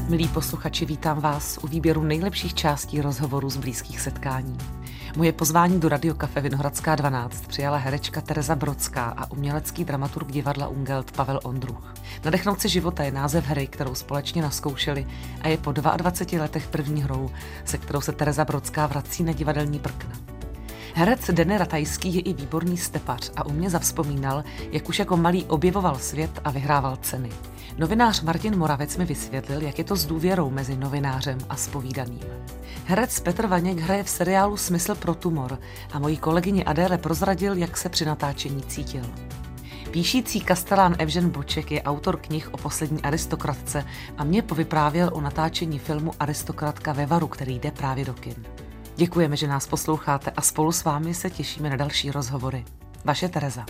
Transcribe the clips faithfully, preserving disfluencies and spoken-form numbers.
Milí posluchači, vítám vás u výběru nejlepších částí rozhovorů z blízkých setkání. Moje pozvání do Radio Cafe Vinohradská dvanáct přijala herečka Tereza Brodská a umělecký dramaturg divadla Ungelt Pavel Ondruch. Nadechnout se života je název hry, kterou společně nazkoušeli a je po dvaadvaceti letech první hrou, se kterou se Tereza Brodská vrací na divadelní prkna. Herec Denny Ratajský je i výborný stepař a u mě zavzpomínal, jak už jako malý objevoval svět a vyhrával ceny. Novinář Martin Moravec mi vysvětlil, jak je to s důvěrou mezi novinářem a zpovídaným. Herec Petr Vaněk hraje v seriálu Smysl pro tumor a mojí kolegyni Adéle prozradil, jak se při natáčení cítil. Píšící kastelán Evžen Boček je autor knih o poslední aristokratce a mě povyprávěl o natáčení filmu Aristokratka ve Varu, který jde právě do kin. Děkujeme, že nás posloucháte a spolu s vámi se těšíme na další rozhovory. Vaše Tereza.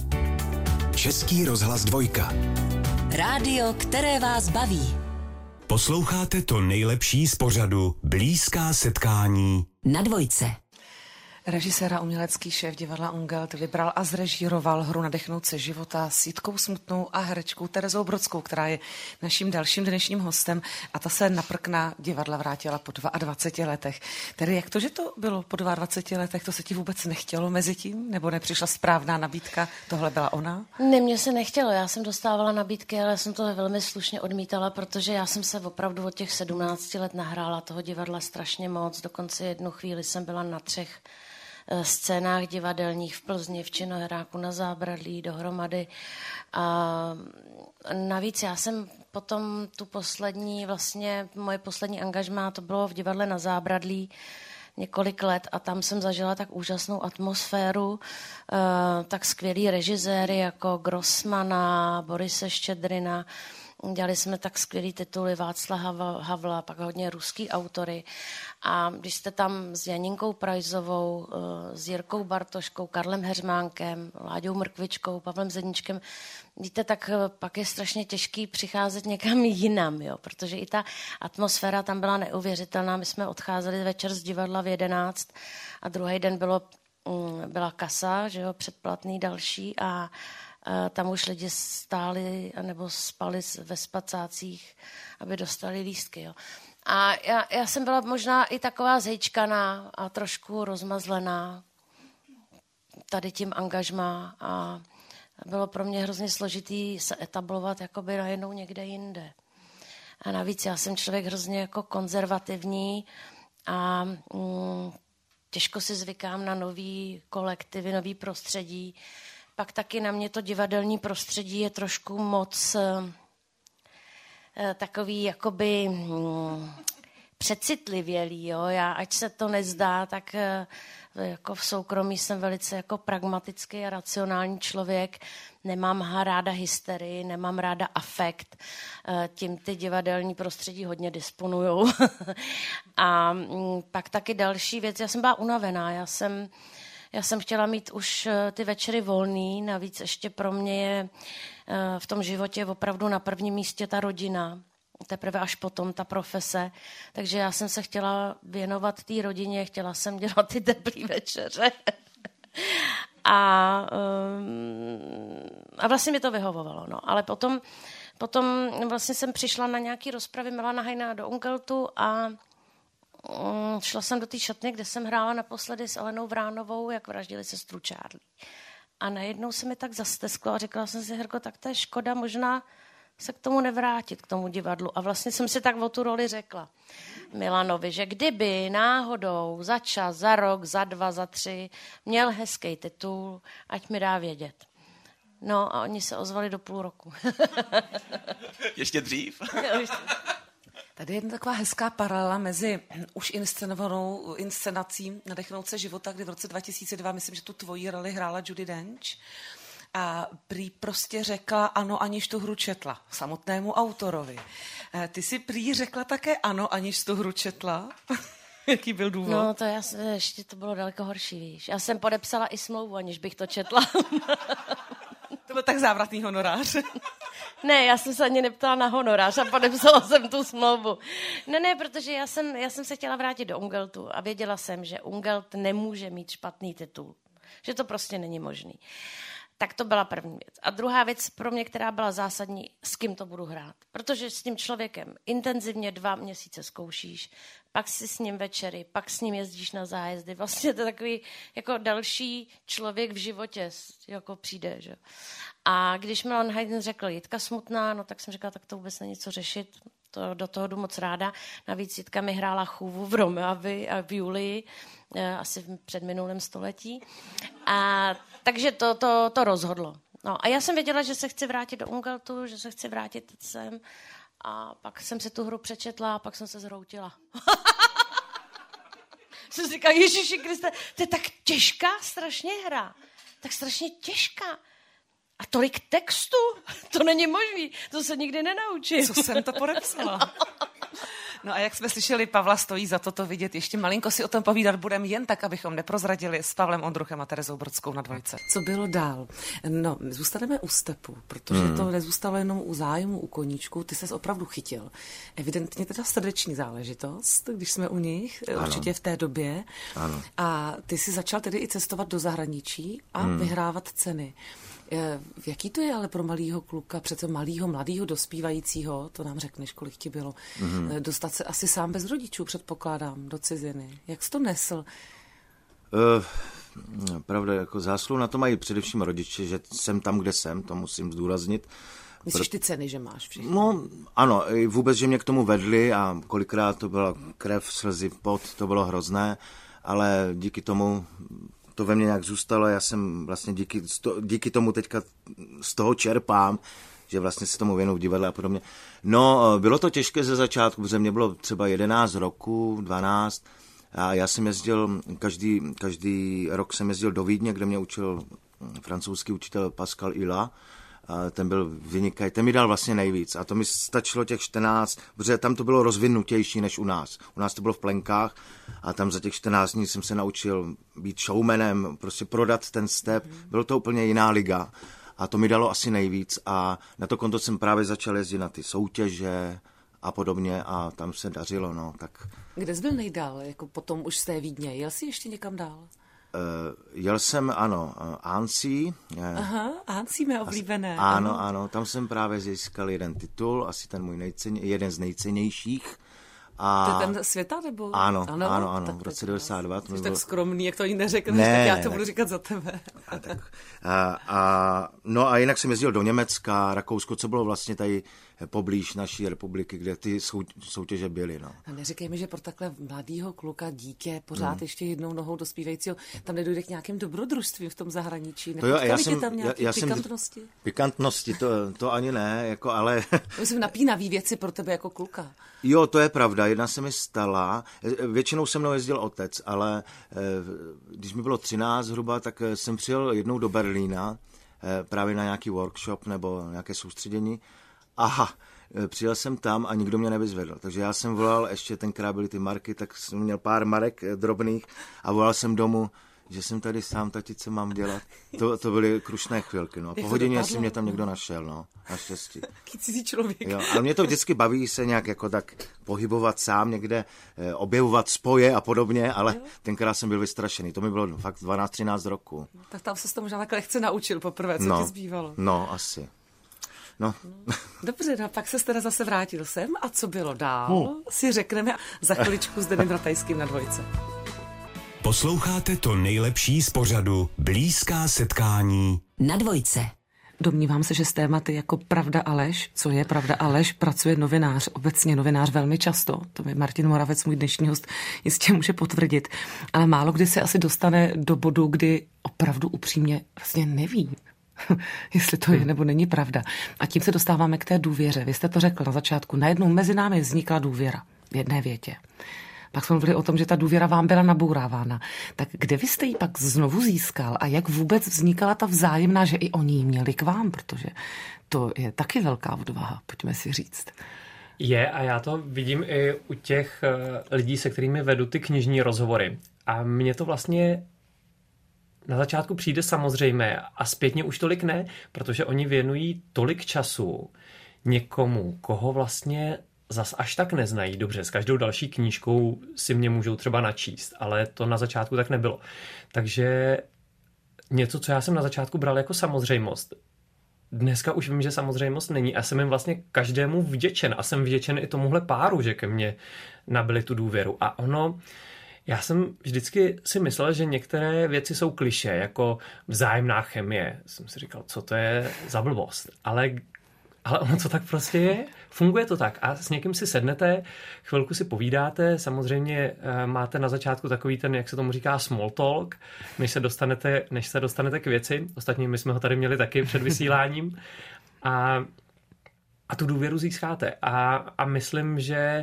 Český rozhlas dvojka. Rádio, které vás baví. Posloucháte to nejlepší z pořadu Blízká setkání Na dvojce. Režisér a umělecký šéf divadla Ungelt vybral a zrežíroval hru Nadechnout se života s Jitkou Smutnou a herečkou Terezou Brodskou, která je naším dalším dnešním hostem, a ta se na prkna divadla vrátila po dvaadvaceti letech. Tedy jak to, že to bylo po dvaadvaceti letech, to se ti vůbec nechtělo mezi tím? Nebo nepřišla správná nabídka? Tohle byla ona? Ne, mně se nechtělo, já jsem dostávala nabídky, ale jsem to velmi slušně odmítala, protože já jsem se opravdu od těch sedmnácti let nahrála toho divadla strašně moc, dokonce jednu chvíli jsem byla na třech scénách divadelních v Plzni, v Činoheráku, na Zábradlí dohromady. A navíc já jsem potom tu poslední, vlastně moje poslední angažmá, to bylo v divadle na Zábradlí několik let a tam jsem zažila tak úžasnou atmosféru, tak skvělý režiséry jako Grossmana, Borise Ščedrina. Dělali jsme tak skvělý tituly Václava Havla, pak hodně ruský autory. A když jste tam s Janinkou Prajzovou, s Jirkou Bartoškou, Karlem Heřmánkem, Láďou Mrkvičkou, Pavlem Zedníčkem, víte, tak pak je strašně těžký přicházet někam jinam, jo, protože i ta atmosféra tam byla neuvěřitelná. My jsme odcházeli večer z divadla v jedenáct a druhý den bylo, byla kasa, že jo, předplatný další a tam už lidi stáli nebo spali ve spacácích, aby dostali lístky. Jo. A já, já jsem byla možná i taková zhejčkaná a trošku rozmazlená tady tím angažmá a bylo pro mě hrozně složitý se etablovat jakoby najednou někde jinde. A navíc já jsem člověk hrozně jako konzervativní a mm, těžko si zvykám na nový kolektivy, nový prostředí. Pak taky na mě to divadelní prostředí je trošku moc eh, takový jakoby hm, přecitlivělý. Jo? Já, ať se to nezdá, tak eh, jako v soukromí jsem velice jako pragmatický a racionální člověk. Nemám ráda hysterii, nemám ráda afekt. Eh, tím ty divadelní prostředí hodně disponujou. A hm, pak taky další věc. Já jsem byla unavená. Já jsem... Já jsem chtěla mít už ty večery volný, navíc ještě pro mě je v tom životě opravdu na prvním místě ta rodina, teprve až potom ta profese. Takže já jsem se chtěla věnovat té rodině, chtěla jsem dělat ty teplý večeře. a, a vlastně mi to vyhovovalo. No. Ale potom, potom vlastně jsem přišla na nějaký rozpravy Milana Hajna do Ungeltu a šla jsem do té šatny, kde jsem hrála naposledy s Alenou Vránovou, jak vraždili sestru Charlie. A najednou se mi tak zastesklo a říkala jsem si, Herko, tak to je škoda, možná se k tomu nevrátit, k tomu divadlu. A vlastně jsem si tak o tu roli řekla Milanovi, že kdyby náhodou za čas, za rok, za dva, za tři měl hezký titul, ať mi dá vědět. No a oni se ozvali do půl roku. Ještě dřív? Tady je jedna taková hezká paralela mezi už inscenovanou inscenací Nadechnout se života, kdy v roce dva tisíce dva, myslím, že tu tvoji roli hrála Judi Dench a prý prostě řekla ano, aniž tu hru četla samotnému autorovi. Ty si prý řekla také ano, aniž tu hru četla? Jaký byl důvod? No to já, ještě to bylo daleko horší, víš. Já jsem podepsala i smlouvu, aniž bych to četla. To byl tak závratný honorář. Ne, já jsem se ani neptala na honorář a podepsala jsem tu smlouvu. Ne, ne, protože já jsem, já jsem se chtěla vrátit do Ungeltu a věděla jsem, že Ungelt nemůže mít špatný titul. Že to prostě není možný. Tak to byla první věc. A druhá věc pro mě, která byla zásadní, s kým to budu hrát. Protože s tím člověkem intenzivně dva měsíce zkoušíš, pak si s ním večery, pak s ním jezdíš na zájezdy. Vlastně to je takový jako další člověk v životě, jako přijde. Že? A když Milan Haydn řekl Jitka smutná, no tak jsem říkala, tak to vůbec není co řešit. To, do toho jdu moc ráda. Navíc Jitka mi hrála chůvu v Romeovi a v Julii, asi v předminulém století. A takže to, to, to rozhodlo. No, a já jsem věděla, že se chci vrátit do Ungeltu, že se chci vrátit sem. A pak jsem si tu hru přečetla a pak jsem se zhroutila. jsem si říkala, Ježiši Kriste, to je tak těžká strašně hra. Tak strašně těžká. A tolik textu? To není možný. To se nikdy nenaučím. Co jsem to podepsala? No a jak jsme slyšeli, Pavla stojí za to to vidět. Ještě malinko si o tom povídat budeme, jen tak, abychom neprozradili, s Pavlem Ondruchem a Terezou Brodskou na Dvojce. Co bylo dál? No, zůstaneme u stepu, protože hmm. to nezůstalo jenom u zájmu, u koníčku. Ty ses opravdu chytil. Evidentně teda srdeční záležitost, když jsme u nich, ano. Určitě v té době. Ano. A ty si začal tedy i cestovat do zahraničí a hmm. vyhrávat ceny. V jaký to je ale pro malýho kluka, přece malýho, mladýho, dospívajícího, to nám řekneš, kolik ti bylo, mm-hmm. dostat se asi sám bez rodičů, předpokládám, do ciziny. Jak jsi to nesl? Uh, pravda, jako zásluhu na to mají především rodiče, že jsem tam, kde jsem, to musím zdůraznit. Myslíš ty ceny, že máš všechno? No, ano, vůbec, že mě k tomu vedli a kolikrát to byla krev, slzy, pot, to bylo hrozné, ale díky tomu to ve mně nějak zůstalo, já jsem vlastně díky, díky tomu teďka z toho čerpám, že vlastně se tomu věnou v divadle a podobně. No, bylo to těžké ze začátku, protože mě bylo třeba jedenáct roků, dvanáct a já jsem jezdil, každý, každý rok jsem jezdil do Vídně, kde mě učil francouzský učitel Pascal Hila. Ten byl vynikající, ten mi dal vlastně nejvíc a to mi stačilo těch čtrnáct, protože tam to bylo rozvinutější než u nás. U nás to bylo v plenkách a tam za těch čtrnáct dní jsem se naučil být showmanem, prostě prodat ten step, bylo to úplně jiná liga a to mi dalo asi nejvíc a na to konto jsem právě začal jezdit na ty soutěže a podobně a tam se dařilo, no, tak. Kde jsi byl nejdál, jako potom už z té Vídně, jel jsi ještě někam dál? Uh, jel jsem, ano, uh, Annecy. Aha, Annecy mé oblíbené. Ano, ano, ano, tam jsem právě získal jeden titul, asi ten můj nejcenně, jeden z nejcennějších. A... To je ten Světa, nebo? Ano, ano, ano, ano v roce devadesát dva. Jsi tak skromný, jak to ani neřekneš, ne, tak já to ne, budu tak... říkat za tebe. A, tak, a, a, no a jinak jsem jezdil do Německa, Rakousko, co bylo vlastně tady poblíž naší republiky, kde ty sou, soutěže byly. No. A neříkej mi, že pro takhle mladýho kluka, dítě, pořád hmm. ještě jednou nohou dospívajícího, tam nedojde k nějakým dobrodružstvím v tom zahraničí. To jo, já jsem, tam nějaké já, já pikantnosti? Jsem, pikantnosti, to, to ani ne, jako, ale... To jsou napínavý věci pro tebe jako kluka. Jo, to je pravda, jedna se mi stala, většinou se mnou jezdil otec, ale když mi bylo třináct zhruba, tak jsem přijel jednou do Berlína, právě na nějaký workshop nebo nějaké soustředění. Aha, přijel jsem tam a nikdo mě nevyzvedl, takže já jsem volal, ještě tenkrát byly ty marky, tak jsem měl pár marek drobných a volal jsem domů, že jsem tady sám, tati, co mám dělat. To, to byly krušné chvilky, no. Po hodině si mě tam někdo našel, no, naštěstí. Taký cizí člověk. Jo, ale mě to vždycky baví se nějak jako tak pohybovat sám někde, objevovat spoje a podobně, ale jo. Tenkrát jsem byl vystrašený, to mi bylo fakt dvanáct třináct roku. No, tak tam se to možná tak lehce naučil poprvé, co no, ti zbývalo. No, asi. No. No, dobře, no, pak se teda zase vrátil sem a co bylo dál, hmm. si řekneme za chviličku s Denem Ratajským na Dvojce. Posloucháte to nejlepší z pořadu Blízká setkání na Dvojce. Domnívám se, že s tématy jako pravda a lež, co je pravda a lež, pracuje novinář, obecně novinář velmi často. To mi Martin Moravec, můj dnešní host, jistě může potvrdit. Ale málo kdy se asi dostane do bodu, kdy opravdu upřímně vlastně neví, jestli to je nebo není pravda. A tím se dostáváme k té důvěře. Vy jste to řekl na začátku. Najednou mezi námi vznikla důvěra v jedné větě. Pak jsme mluvili o tom, že ta důvěra vám byla nabourávána. Tak kde vy jste ji pak znovu získal a jak vůbec vznikala ta vzájemná, že i oni ji měli k vám, protože to je taky velká odvaha, pojďme si říct. Je a já to vidím i u těch lidí, se kterými vedu ty knižní rozhovory. A mně to vlastně na začátku přijde samozřejmé a zpětně už tolik ne, protože oni věnují tolik času někomu, koho vlastně zas až tak neznají. Dobře, s každou další knížkou si mě můžou třeba načíst, ale to na začátku tak nebylo. Takže něco, co já jsem na začátku bral jako samozřejmost. Dneska už vím, že samozřejmost není a jsem jim vlastně každému vděčen a jsem vděčen i tomuhle páru, že ke mně nabili tu důvěru. A ono, já jsem vždycky si myslel, že některé věci jsou klišé, jako vzájemná chemie. Jsem si říkal, co to je za blbost. Ale Ale ono to tak prostě je. Funguje to tak. A s někým si sednete, chvilku si povídáte, samozřejmě máte na začátku takový ten, jak se tomu říká, small talk, než se dostanete, než se dostanete k věci. Ostatně my jsme ho tady měli taky před vysíláním. A, a tu důvěru získáte. A, a myslím, že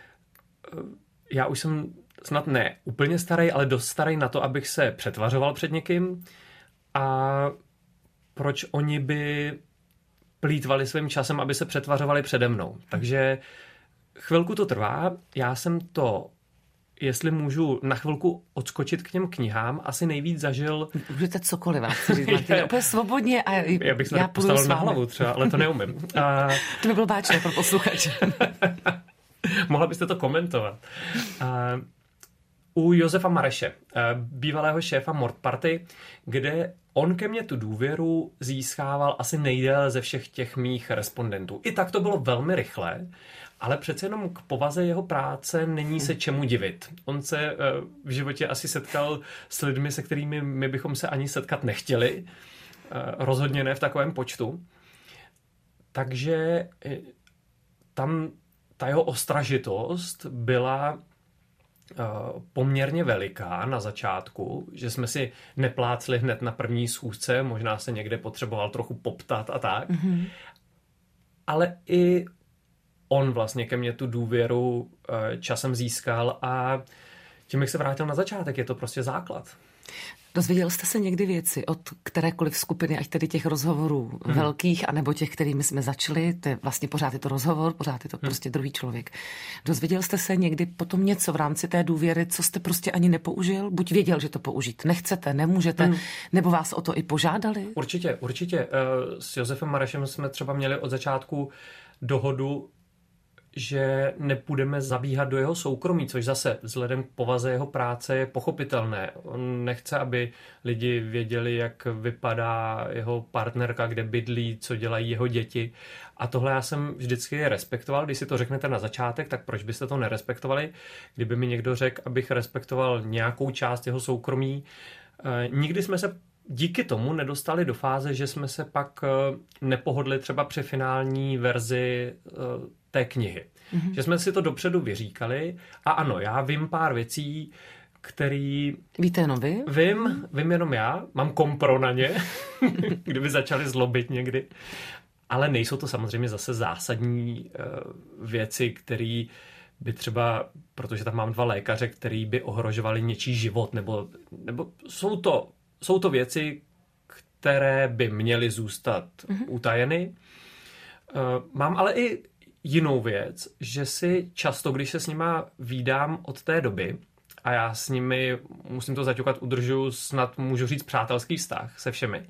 já už jsem snad ne úplně starý, ale dost starý na to, abych se přetvařoval před někým. A proč oni by plýtvali svým časem, aby se přetvařovali přede mnou. Takže chvilku to trvá. Já jsem to, jestli můžu na chvilku odskočit k těm knihám, asi nejvíc zažil... Můžete cokoliv, vám chci říct, Martina, úplně svobodně. A já bych se já postavil na hlavu třeba, ale to neumím. A... To by bylo báčné pro posluchače. Mohla byste to komentovat. A... U Josefa Mareše, bývalého šéfa Mord Party, kde on ke mně tu důvěru získával asi nejdéle ze všech těch mých respondentů. I tak to bylo velmi rychle, ale přece jenom k povaze jeho práce není se čemu divit. On se v životě asi setkal s lidmi, se kterými my bychom se ani setkat nechtěli. Rozhodně ne v takovém počtu. Takže tam ta jeho ostražitost byla poměrně veliká na začátku, že jsme si neplácli hned na první schůzce, možná se někde potřeboval trochu poptat a tak. Mm-hmm. Ale i on vlastně ke mně tu důvěru časem získal a tím bych se vrátil na začátek, je to prostě základ. Dozvěděl jste se někdy věci od kterékoliv skupiny, ať tedy těch rozhovorů hmm. velkých, anebo těch, kterými jsme začali, to je vlastně pořád je to rozhovor, pořád je to hmm. prostě druhý člověk. Dozvěděl jste se někdy potom něco v rámci té důvěry, co jste prostě ani nepoužil? Buď věděl, že to použít nechcete, nemůžete, hmm. nebo vás o to i požádali? Určitě, určitě. S Josefem Marešem jsme třeba měli od začátku dohodu, že nepůjdeme zabíhat do jeho soukromí, což zase vzhledem k povaze jeho práce je pochopitelné. On nechce, aby lidi věděli, jak vypadá jeho partnerka, kde bydlí, co dělají jeho děti. A tohle já jsem vždycky respektoval. Když si to řeknete na začátek, tak proč byste to nerespektovali? Kdyby mi někdo řekl, abych respektoval nějakou část jeho soukromí. Nikdy jsme se díky tomu nedostali do fáze, že jsme se pak nepohodli třeba při finální verzi té knihy. Mm-hmm. Že jsme si to dopředu vyříkali a ano, já vím pár věcí, který... Víte jenom vy? Vím, vím jenom já, mám kompro na ně, kdyby začali zlobit někdy, ale nejsou to samozřejmě zase zásadní uh, věci, které by třeba, protože tam mám dva lékaře, který by ohrožovali něčí život, nebo, nebo jsou to, jsou to věci, které by měly zůstat mm-hmm. utajeny. Uh, mám ale i jinou věc, že si často, když se s nima vídám od té doby, a já s nimi, musím to zaťukat, udržuju snad, můžu říct, přátelský vztah se všemi,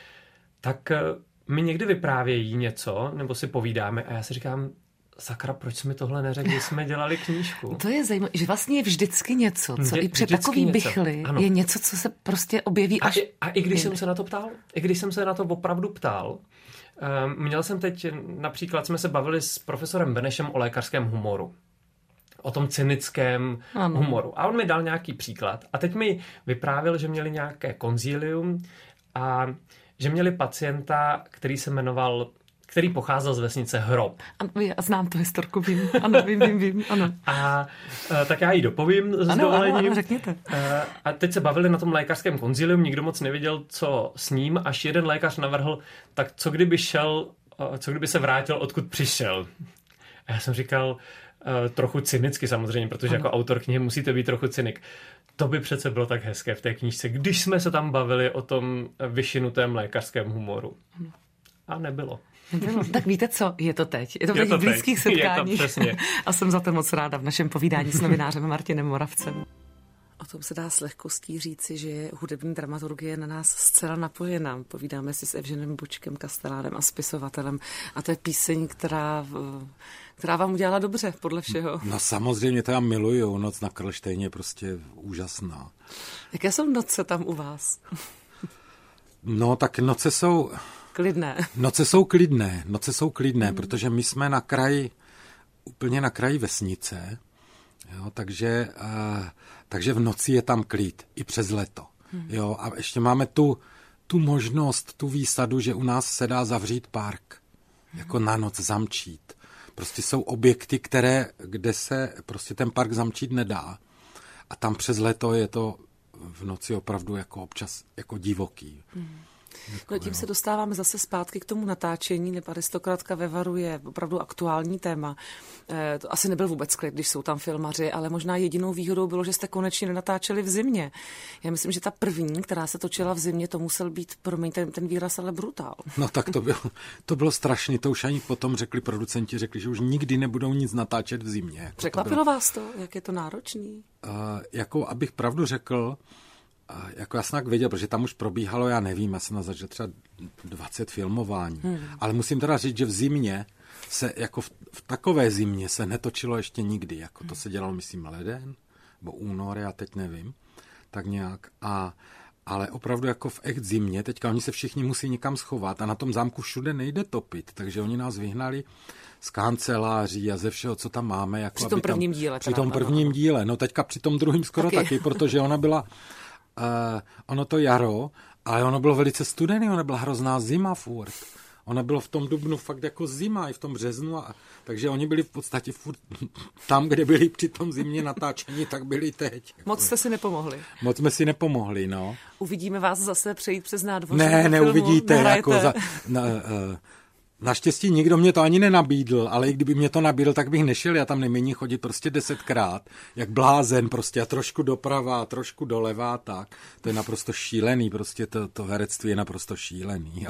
tak mi někdy vyprávějí něco, nebo si povídáme a já si říkám, sakra, proč jsi mi tohle neřekl, když jsme dělali knížku? To je zajímavé, že vlastně je vždycky něco, co Vždy, i při takový něco. Bychli ano. je něco, co se prostě objeví až... A i, a i když jsem se na to ptal, i když jsem se na to opravdu ptal, um, měl jsem teď, například jsme se bavili s profesorem Benešem o lékařském humoru. O tom cynickém ano. humoru. A on mi dal nějaký příklad. A teď mi vyprávěl, že měli nějaké konzílium a že měli pacienta, který se jmenoval, který pocházel z vesnice Hrob. Ano, já znám tu historku, vím. Ano, vím, vím, vím. Ano. A tak já ji dopovím s ano, dovolením. Ano, ano, řekněte. A teď se bavili na tom lékařském konzílium, nikdo moc nevěděl, co s ním, až jeden lékař navrhl, tak co kdyby šel, co kdyby se vrátil, odkud přišel. A já jsem říkal, trochu cynicky samozřejmě, protože ano. jako autor knihy musíte být trochu cynik. To by přece bylo tak hezké v té knížce, když jsme se tam bavili o tom vyšinutém lékařském humoru. Ano. A nebylo. Nebylo. Tak víte co? Je to teď. Je to teď v blízkých setkáních. A jsem za to moc ráda v našem povídání s novinářem Martinem Moravcem. O tom se dá s lehkostí říci, že je hudební dramaturgie na nás zcela napojená. Povídáme si s Evženem Bočkem, kastelánem a spisovatelem. A to je píseň, která, která vám udělala dobře, podle všeho. No samozřejmě, to já miluju. Noc na Karlštejně je prostě úžasná. Jaké jsou noce tam u vás? No tak noce jsou... Klidné. Noce jsou klidné, noce jsou klidné, mm. protože my jsme na kraji, úplně na kraji vesnice, jo, takže, uh, takže v noci je tam klid, i přes léto. Mm. Jo, a ještě máme tu, tu možnost, tu výsadu, že u nás se dá zavřít park, mm. jako na noc zamčít. Prostě jsou objekty, které, kde se prostě ten park zamčít nedá. A tam přes léto je to v noci opravdu jako občas jako divoký. Mm. Jako, no tím jo. se dostáváme zase zpátky k tomu natáčení, nebo Aristokratka ve Varu je opravdu aktuální téma. E, to asi nebyl vůbec klid, když jsou tam filmaři, ale možná jedinou výhodou bylo, že jste konečně nenatáčeli v zimě. Já myslím, že ta první, která se točila v zimě, to musel být, promiň ten, ten výraz, ale brutál. No tak to bylo, to bylo strašný, to už ani potom řekli producenti, řekli, že už nikdy nebudou nic natáčet v zimě. Jako Překvapilo to bylo, vás to, jak je to náročný? Uh, jako abych pravdu řekl, A jako já jsem tak věděl, protože tam už probíhalo, já nevím, já jsem na začal třeba dvacet filmování, hmm. ale musím teda říct, že v zimě se, jako v, v takové zimě se netočilo ještě nikdy, jako to se dělalo, myslím, leden, nebo únor, já teď nevím, tak nějak, a, ale opravdu jako v echt zimě, teďka oni se všichni musí někam schovat a na tom zámku všude nejde topit, takže oni nás vyhnali z kanceláří a ze všeho, co tam máme. Jako při tom prvním tam, díle. Při tom prvním díle, no teďka při tom druhým skoro taky, taky protože ona byla Uh, ono to jaro, ale ono bylo velice studený, ona byla hrozná zima furt. Ona bylo v tom dubnu fakt jako zima, i v tom březnu, a, takže oni byli v podstatě furt tam, kde byli při tom zimě natáčení, tak byli teď. Moc jste si nepomohli. Moc jsme si nepomohli, no. Uvidíme vás zase přejít přes nádvoří. Ne, neuvidíte. Jako za, na, uh, Naštěstí nikdo mě to ani nenabídl, ale i kdyby mě to nabídl, tak bych nešel, já tam nemění chodit prostě desetkrát, jak blázen prostě a trošku doprava, a trošku doleva, tak. To je naprosto šílený, prostě to, to herectví je naprosto šílený, jo.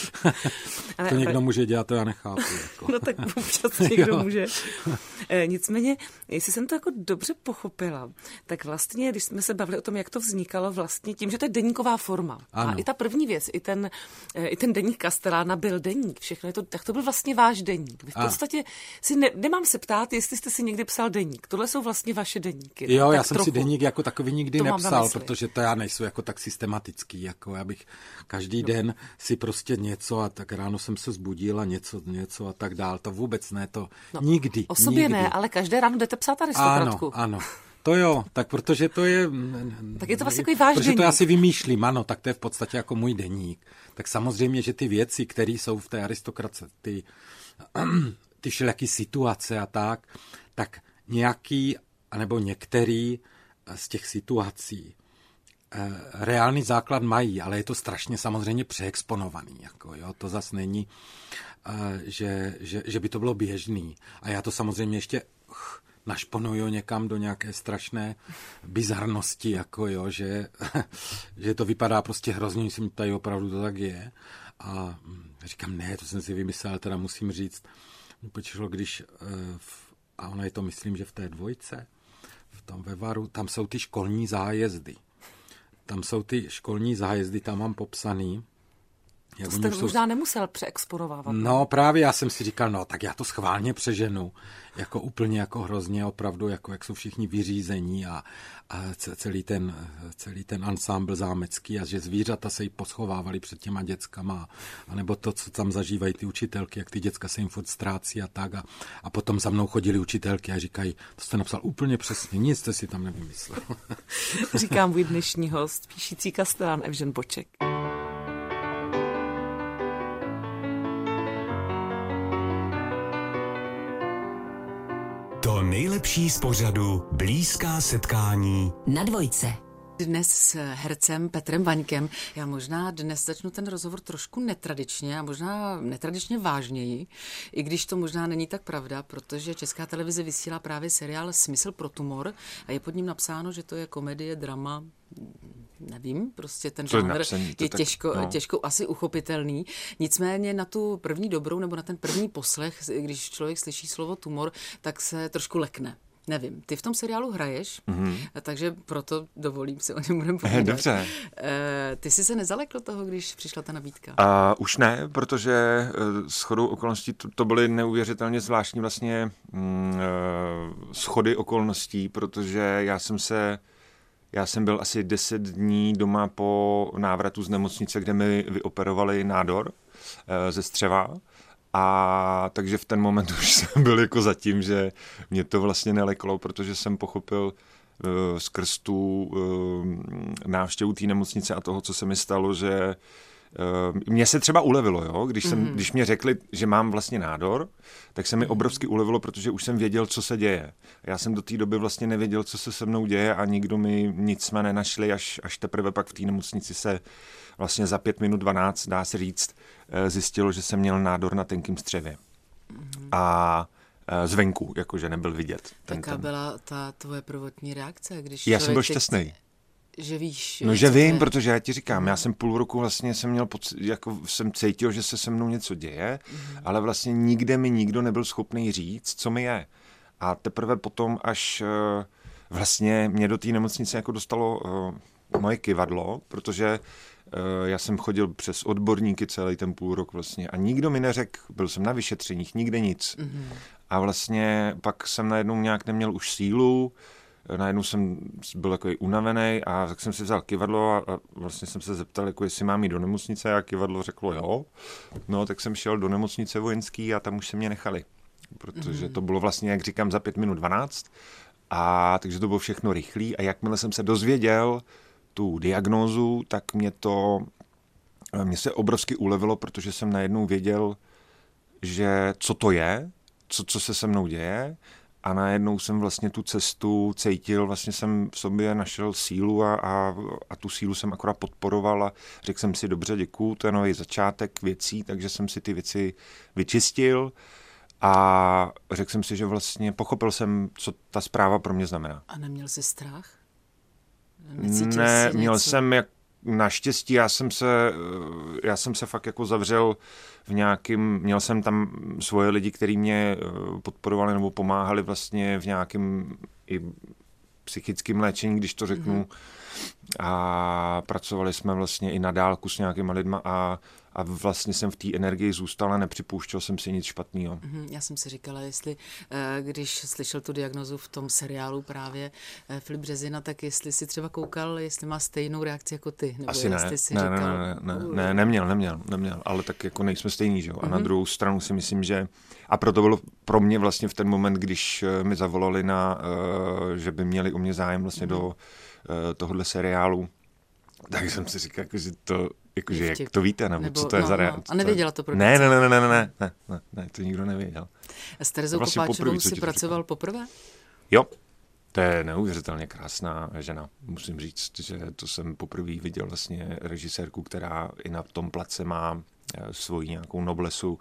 Ale, to někdo může dělat, to já nechápu. Jako. No tak občas někdo může. E, nicméně, jestli jsem to jako dobře pochopila, tak vlastně, když jsme se bavili o tom, jak to vznikalo vlastně tím, že to je deníková forma. Ano. A i ta první věc, i ten, i ten deník Kastelána byl deník, všechno to, tak to byl vlastně váš deník. Vy v podstatě si ne, nemám se ptát, jestli jste si někdy psal deník. Tohle jsou vlastně vaše deníky. Jo, tak já jsem trochu. si deník jako takový nikdy to nepsal, protože to já nejsou jako tak systematický, jako já bych každý no. den si prostě něco a tak ráno jsem se zbudil a něco, něco a tak dál. To vůbec ne, to no, nikdy. O sobě nikdy. ne, ale každé ráno jdete psát Aristokratku. Ano, ano. To jo, tak protože to je... Tak je to vlastně takový váš protože deník. to já si vymýšlím, ano, tak to je v podstatě jako můj deník. Tak samozřejmě, že ty věci, které jsou v té aristokrace, ty, ty všelijaký situace a tak, tak nějaký, anebo některý z těch situací eh, reálný základ mají, ale je to strašně samozřejmě přeexponovaný. Jako, jo, to zas není, eh, že, že, že by to bylo běžný. A já to samozřejmě ještě... Ch, našponuju někam do nějaké strašné bizarnosti, jako jo, že, že to vypadá prostě hrozně, když se mi ptají, opravdu to tak je. A říkám, ne, to jsem si vymyslel, teda musím říct, mě počilo, když, a ono je to, myslím, že v té dvojce, v tom ve Varu, tam jsou ty školní zájezdy. Tam jsou ty školní zájezdy, tam mám popsaný. To jste možná nemusel přeexponovávat. No právě já jsem si říkal, no tak já to schválně přeženu, jako úplně jako hrozně opravdu, jako jak jsou všichni vyřízení a, a celý, ten, celý ten ansámbl zámecký a že zvířata se jí poschovávali před těma dětskama, anebo to, co tam zažívají ty učitelky, jak ty děcka se jim furt ztrácí a tak a, a potom za mnou chodili učitelky a říkají, to jste napsal úplně přesně, nic jste si tam nevymyslel. Říkám můj dnešní host, píšící kastelán Evžen Boček. To nejlepší z pořadu Blízká setkání na Dvojce. Dnes s hercem Petrem Vaňkem. Já možná dnes začnu ten rozhovor trošku netradičně a možná netradičně vážněji, i když to možná není tak pravda, protože Česká televize vysílá právě seriál Smysl pro tumor a je pod ním napsáno, že to je komedie, drama, nevím, prostě ten žánr je tak, těžko, no. těžko asi uchopitelný. Nicméně na tu první dobrou nebo na ten první poslech, když člověk slyší slovo tumor, tak se trošku lekne. Nevím, ty v tom seriálu hraješ, mm-hmm. takže proto dovolím si o něm budeme povídat. Dobře. E, ty jsi se nezalekl toho, když přišla ta nabídka? Uh, už ne, protože uh, shodou okolností to, to byly neuvěřitelně zvláštní vlastně uh, schody okolností, protože já jsem se Já jsem byl asi deset dní doma po návratu z nemocnice, kde mi vyoperovali nádor e, ze střeva. A takže v ten moment už jsem byl jako zatím, že mě to vlastně neleklo, protože jsem pochopil uh, skrz tu uh, návštěvu té nemocnice a toho, co se mi stalo, že uh, mně se třeba ulevilo, jo? Když, jsem, mm-hmm. když mě řekli, že mám vlastně nádor, tak se mi obrovsky ulevilo, protože už jsem věděl, co se děje. Já jsem do té doby vlastně nevěděl, co se se mnou děje a nikdo mi nic jsme nenašli, až, až teprve pak v té nemocnici se vlastně za pět minut dvanáct, dá se říct, zjistilo, že jsem měl nádor na tenkým střevě. Mm-hmm. A zvenku, jakože nebyl vidět. Jaká byla ta tvoje prvotní reakce? Když já jsem byl šťastný. Že víš. No, že vím, je... protože já ti říkám, já jsem půl roku vlastně jsem měl pocit, jako jsem cítil, že se se mnou něco děje, mm-hmm. ale vlastně nikde mi nikdo nebyl schopný říct, co mi je. A teprve potom, až vlastně mě do té nemocnice jako dostalo uh, moje kyvadlo, protože já jsem chodil přes odborníky celý ten půl rok vlastně a nikdo mi neřekl, byl jsem na vyšetřeních, nikde nic. Mm-hmm. A vlastně pak jsem najednou nějak neměl už sílu, najednou jsem byl takový unavený a tak jsem si vzal kyvadlo a, a vlastně jsem se zeptal, jako jestli mám jít do nemocnice a kyvadlo řeklo jo. No tak jsem šel do nemocnice vojenský a tam už se mě nechali, protože mm-hmm. to bylo vlastně, jak říkám, za pět minut dvanáct a takže to bylo všechno rychlý a jakmile jsem se dozvěděl tu diagnózu, tak mě to, mě se obrovsky ulevilo, protože jsem najednou věděl, že co to je, co, co se se mnou děje a najednou jsem vlastně tu cestu cítil, vlastně jsem v sobě našel sílu a, a, a tu sílu jsem akorát podporoval a řekl jsem si, dobře, děkuju, to je nový začátek věcí, takže jsem si ty věci vyčistil a řekl jsem si, že vlastně pochopil jsem, co ta zpráva pro mě znamená. A neměl jsi strach? Necítil ne, měl něco? Jsem jak naštěstí, já jsem se, já jsem se fakt jako zavřel v nějakým, měl jsem tam svoje lidi, kteří mě podporovali nebo pomáhali vlastně v nějakém i psychickém léčení, když to řeknu. Mm-hmm. A pracovali jsme vlastně i na dálku s nějakýma lidma a, a vlastně jsem v té energii zůstal a nepřipouštěl jsem si nic špatného. Mm-hmm. Já jsem si říkala, jestli, když slyšel tu diagnozu v tom seriálu právě Filip Březina, tak jestli si třeba koukal, jestli má stejnou reakci jako ty. Nebo asi ne, si ne, říkal, ne, ne, ne, ne, neměl, neměl, neměl, ale tak jako nejsme stejný, že jo. A mm-hmm. na druhou stranu si myslím, že a proto bylo pro mě vlastně v ten moment, když mi zavolali na, že by měli u mě zájem vlastně mm-hmm. do tohohle seriálu, tak jsem si říkal, jako, že to, jako, že jak to víte, nebo, nebo co to je no, za reakce. No. A nevěděla to pro ne, ne, ne, ne, ne, ne, ne, ne, ne, to nikdo nevěděl. A s Terezou vlastně Kopáčovou si pracoval říkal. Poprvé? Jo, to je neuvěřitelně krásná žena, musím říct, že to jsem poprvé viděl vlastně režisérku, která i na tom place má svoji nějakou noblesu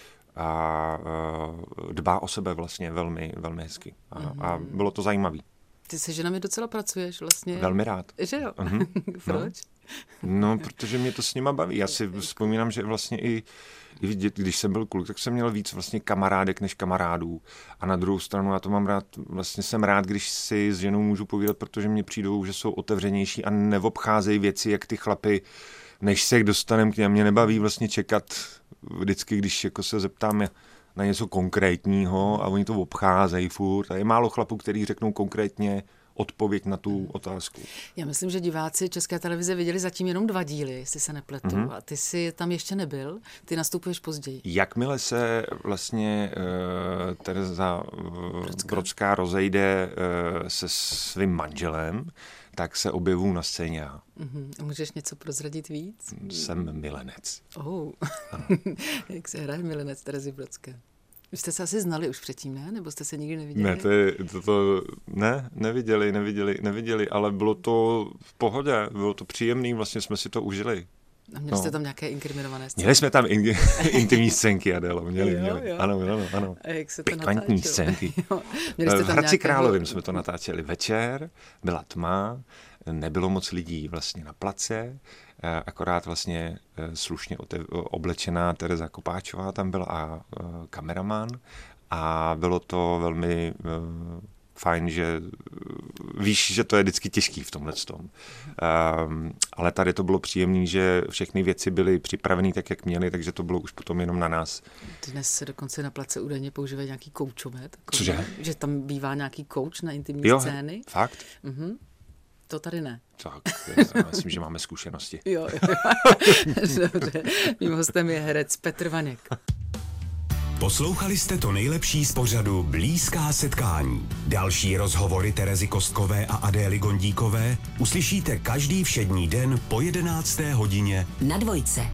a dbá o sebe vlastně velmi, velmi hezky. A, mm-hmm. a bylo to zajímavé. Ty se ženami docela pracuješ vlastně. Velmi rád. Že jo? Uh-huh. Proč? No, no, protože mě to s nima baví. Já si vzpomínám, že vlastně i, i když jsem byl kluk, tak jsem měl víc vlastně kamarádek než kamarádů. A na druhou stranu já to mám rád, vlastně jsem rád, když si s ženou můžu povídat, protože mě přijdou, že jsou otevřenější a neobcházejí věci, jak ty chlapy, než se dostanem k něm. Mě nebaví vlastně čekat vždycky, když jako se zeptám na něco konkrétního a oni to obcházejí furt. A je málo chlapů, kteří řeknou konkrétně odpověď na tu otázku. Já myslím, že diváci České televize viděli zatím jenom dva díly, jestli se nepletu. Mm-hmm. A ty jsi tam ještě nebyl, ty nastupuješ později. Jakmile se vlastně uh, Tereza uh, Brodská. Brodská rozejde uh, se svým manželem, tak se objevuju na scéně. Mm-hmm. Můžeš něco prozradit víc? Jsem milenec. Oh. Jak se hraje milenec Terezy Brodské? Vy jste se asi znali už předtím, ne? Nebo jste se nikdy neviděli? Ne, to je, to, to, ne, neviděli, neviděli, neviděli, ale bylo to v pohodě, bylo to příjemný, vlastně jsme si to užili. A měli no. jste tam nějaké inkriminované scénky? Měli jsme tam in, intimní scénky, Adélo, měli, jo, měli. Jo. Ano, ano, ano. A jak se to pikantní scénky. Měli jste v tam Hradci nějakého... Královým jsme to natáčeli večer, byla tma, nebylo moc lidí vlastně na place, akorát vlastně slušně oblečená Tereza Kopáčová tam byla a kameraman a bylo to velmi fajn, že víš, že to je vždycky těžký v tomhletom. Um, ale tady to bylo příjemné, že všechny věci byly připravené tak, jak měly, takže to bylo už potom jenom na nás. Dnes se dokonce na place údajně používají nějaký koučomet. Cože? Že tam bývá nějaký kouč na intimní jo, scény. Fakt? Mhm. To tady ne. Tak, já myslím, že máme zkušenosti. Jo, jo. Dobře. Mým hostem je herec Petr Vaněk. Poslouchali jste to nejlepší z pořadu Blízká setkání. Další rozhovory Terezy Kostkové a Adély Gondíkové uslyšíte každý všední den po jedenácté hodině Na Dvojce.